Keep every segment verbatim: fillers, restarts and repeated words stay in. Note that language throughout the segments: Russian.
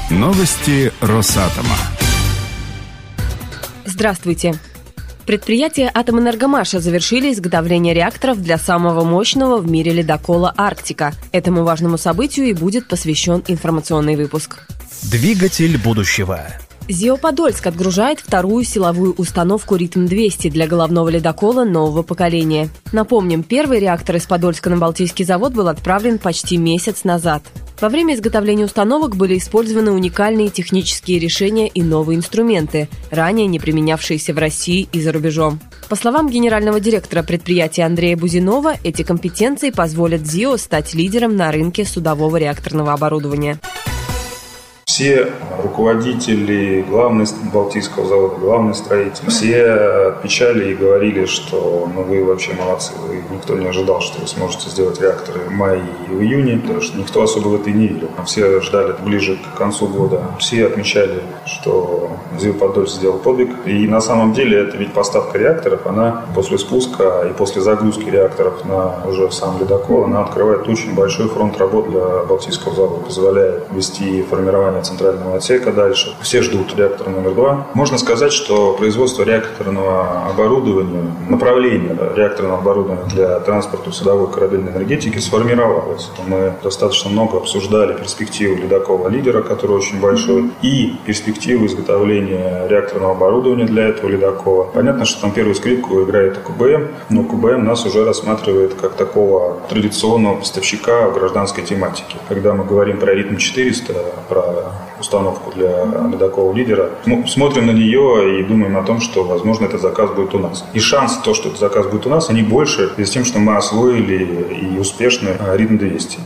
Новости Росатома. Здравствуйте. Предприятия «Атомэнергомаша» завершили изготовление реакторов для самого мощного в мире ледокола «Арктика». Этому важному событию и будет посвящен информационный выпуск. Двигатель будущего. ЗИО «Подольск» отгружает вторую силовую установку «Ритм двести» для головного ледокола нового поколения. Напомним, первый реактор из Подольска на Балтийский завод был отправлен почти месяц назад. Во время изготовления установок были использованы уникальные технические решения и новые инструменты, ранее не применявшиеся в России и за рубежом. По словам генерального директора предприятия Андрея Бузинова, эти компетенции позволят ЗИО стать лидером на рынке судового реакторного оборудования. Все руководители главного Балтийского завода, главные строители, все отмечали и говорили, что ну, вы вообще молодцы, вы, никто не ожидал, что вы сможете сделать реакторы в мае и в июне, потому что никто особо в это и не верил. Все ждали ближе к концу года. Все отмечали, что ЗИО «Подольск» сделал подвиг. И на самом деле это ведь поставка реакторов, она после спуска и после загрузки реакторов на уже сам ледокол, она открывает очень большой фронт работ для Балтийского завода, позволяет вести формирование центрального отсека дальше. Все ждут реактор номер два. Можно сказать, что производство реакторного оборудования, направление реакторного оборудования для транспорта судовой корабельной энергетики сформировалось. Мы достаточно много обсуждали перспективы ледокола «Лидера», который очень большой, и перспективы изготовления реакторного оборудования для этого ледокола. Понятно, что там первую скрипку играет КБМ, но КБМ нас уже рассматривает как такого традиционного поставщика в гражданской тематике. Когда мы говорим про «Ритм четыреста», про установку для ледокола «Лидера», смотрим на нее и думаем о том, что, возможно, этот заказ будет у нас. И шанс, то, что этот заказ будет у нас, они больше, с тем, что мы освоили и успешно «Ритм двести».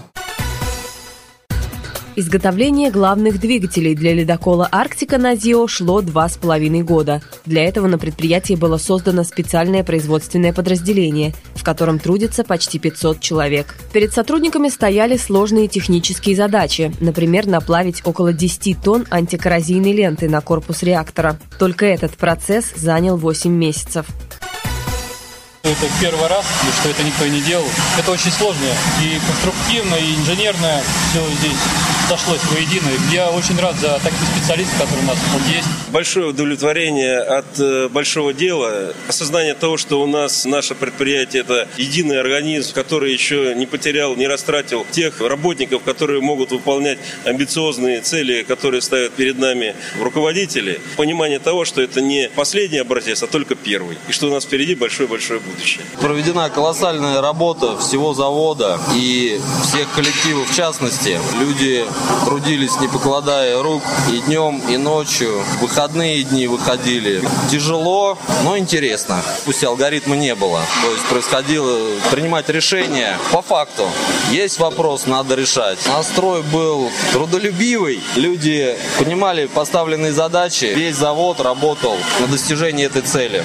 Изготовление главных двигателей для ледокола «Арктика» на ЗИО шло два с половиной года. Для этого на предприятии было создано специальное производственное подразделение, в котором трудится почти пятьсот человек. Перед сотрудниками стояли сложные технические задачи, например, наплавить около десяти тонн антикоррозийной ленты на корпус реактора. Только этот процесс занял восемь месяцев. Это первый раз, что это никто не делал. Это очень сложно и конструктивно, и инженерно. Все здесь сошлось воедино. Я очень рад за таких специалистов, которые у нас вот есть. Большое удовлетворение от большого дела. Осознание того, что у нас наше предприятие – это единый организм, который еще не потерял, не растратил тех работников, которые могут выполнять амбициозные цели, которые ставят перед нами руководители. Понимание того, что это не последний образец, а только первый. И что у нас впереди большое-большое будущее. Проведена колоссальная работа всего завода и всех коллективов в частности. Люди трудились, не покладая рук, и днем, и ночью. В выходные дни выходили. Тяжело, но интересно. Пусть алгоритма не было. То есть происходило принимать решения по факту. Есть вопрос, надо решать. Настрой был трудолюбивый. Люди понимали поставленные задачи. Весь завод работал на достижение этой цели.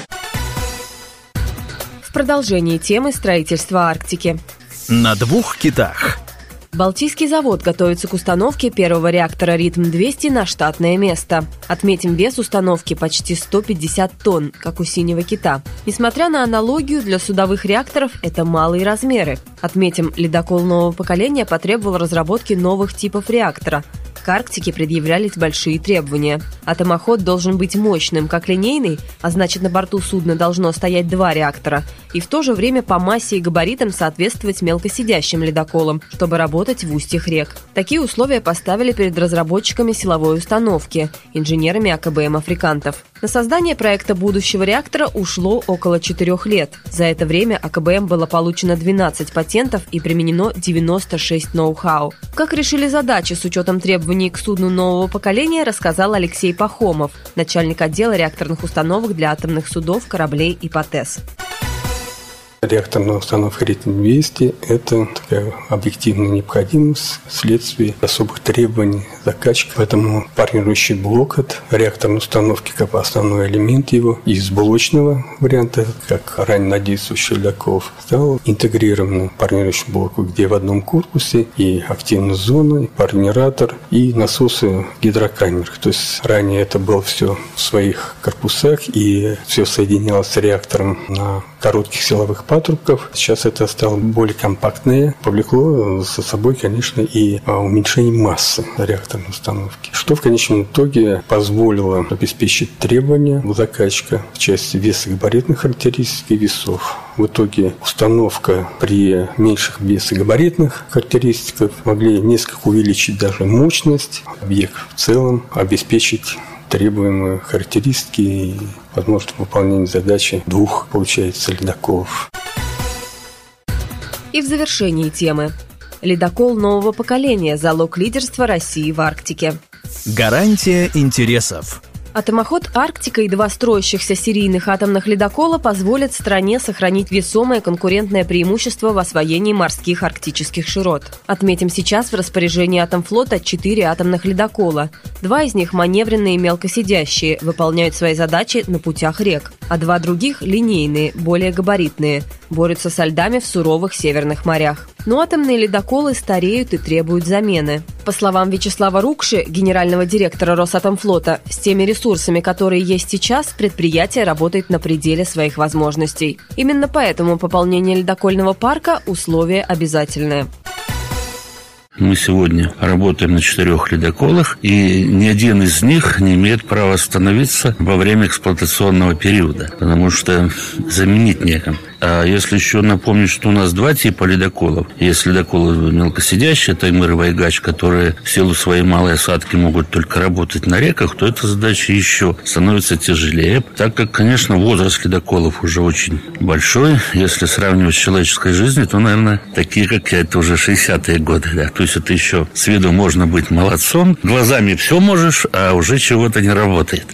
В продолжении темы строительства Арктики. На двух китах. Балтийский завод готовится к установке первого реактора «Ритм двести» на штатное место. Отметим, вес установки почти сто пятьдесят тонн, как у «Синего кита». Несмотря на аналогию, для судовых реакторов это малые размеры. Отметим, ледокол нового поколения потребовал разработки новых типов реактора. К «Арктике» предъявлялись большие требования. Атомоход должен быть мощным, как линейный, а значит, на борту судна должно стоять два реактора, и в то же время по массе и габаритам соответствовать мелкосидящим ледоколам, чтобы работать в устьях рек. Такие условия поставили перед разработчиками силовой установки, инженерами АКБМ «Африкантов». На создание проекта будущего реактора ушло около четырех лет. За это время АКБМ было получено двенадцать патентов и применено девяносто шесть ноу-хау. Как решили задачи с учетом требований к судну нового поколения, рассказал Алексей Пахомов, начальник отдела реакторных установок для атомных судов, кораблей и ПАТЭС. Реакторная установка «Ритм двести» – это такая объективная необходимость вследствие особых требований заказчика. Поэтому парнирующий блок от реакторной установки, как основной элемент его, из блочного варианта, как ранее на действующих ледоколов, стал интегрированным парнирующим блоком, где в одном корпусе и активная зона, и парниратор, и насосы гидрокамер. То есть ранее это было все в своих корпусах, и все соединялось с реактором на коротких силовых патрубков. Сейчас это стало более компактное, повлекло за собой, конечно, и уменьшение массы реакторной установки, что в конечном итоге позволило обеспечить требования у заказчика в части весогабаритных характеристик и весов. В итоге установка при меньших весогабаритных характеристиках могли несколько увеличить даже мощность, объект в целом обеспечить требуемые характеристики и возможность выполнения задачи двух, получается, ледоколов. И в завершении темы. Ледокол нового поколения – залог лидерства России в Арктике. Гарантия интересов. Атомоход «Арктика» и два строящихся серийных атомных ледокола позволят стране сохранить весомое конкурентное преимущество в освоении морских арктических широт. Отметим, сейчас в распоряжении Атомфлота четыре атомных ледокола. Два из них маневренные и мелкосидящие, выполняют свои задачи на путях рек, а два других – линейные, более габаритные, борются со льдами в суровых северных морях. Но атомные ледоколы стареют и требуют замены. По словам Вячеслава Рукши, генерального директора Росатомфлота, с теми ресурсами, которые есть сейчас, предприятие работает на пределе своих возможностей. Именно поэтому пополнение ледокольного парка – условие обязательное. Мы сегодня работаем на четырех ледоколах, и ни один из них не имеет права остановиться во время эксплуатационного периода, потому что заменить некому. А если еще напомнить, что у нас два типа ледоколов. Есть ледоколы мелкосидящие, Таймыр и Вайгач, которые в силу своей малой осадки могут только работать на реках, то эта задача еще становится тяжелее, так как, конечно, возраст ледоколов уже очень большой. Если сравнивать с человеческой жизнью, то, наверное, такие, как я, это уже шестидесятые годы. Да. То есть это еще с виду можно быть молодцом, глазами все можешь, а уже чего-то не работает.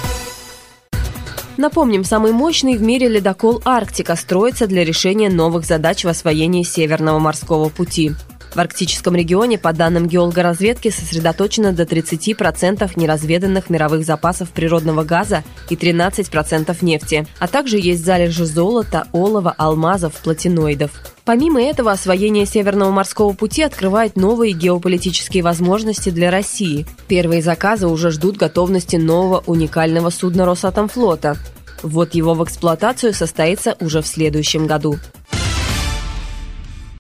Напомним, самый мощный в мире ледокол «Арктика» строится для решения новых задач в освоении Северного морского пути. В арктическом регионе, по данным геологоразведки, сосредоточено до тридцати процентов неразведанных мировых запасов природного газа и тринадцати процентов нефти, а также есть залежи золота, олова, алмазов, платиноидов. Помимо этого, освоение Северного морского пути открывает новые геополитические возможности для России. Первые заказы уже ждут готовности нового уникального судна Росатомфлота. Ввод его в эксплуатацию состоится уже в следующем году.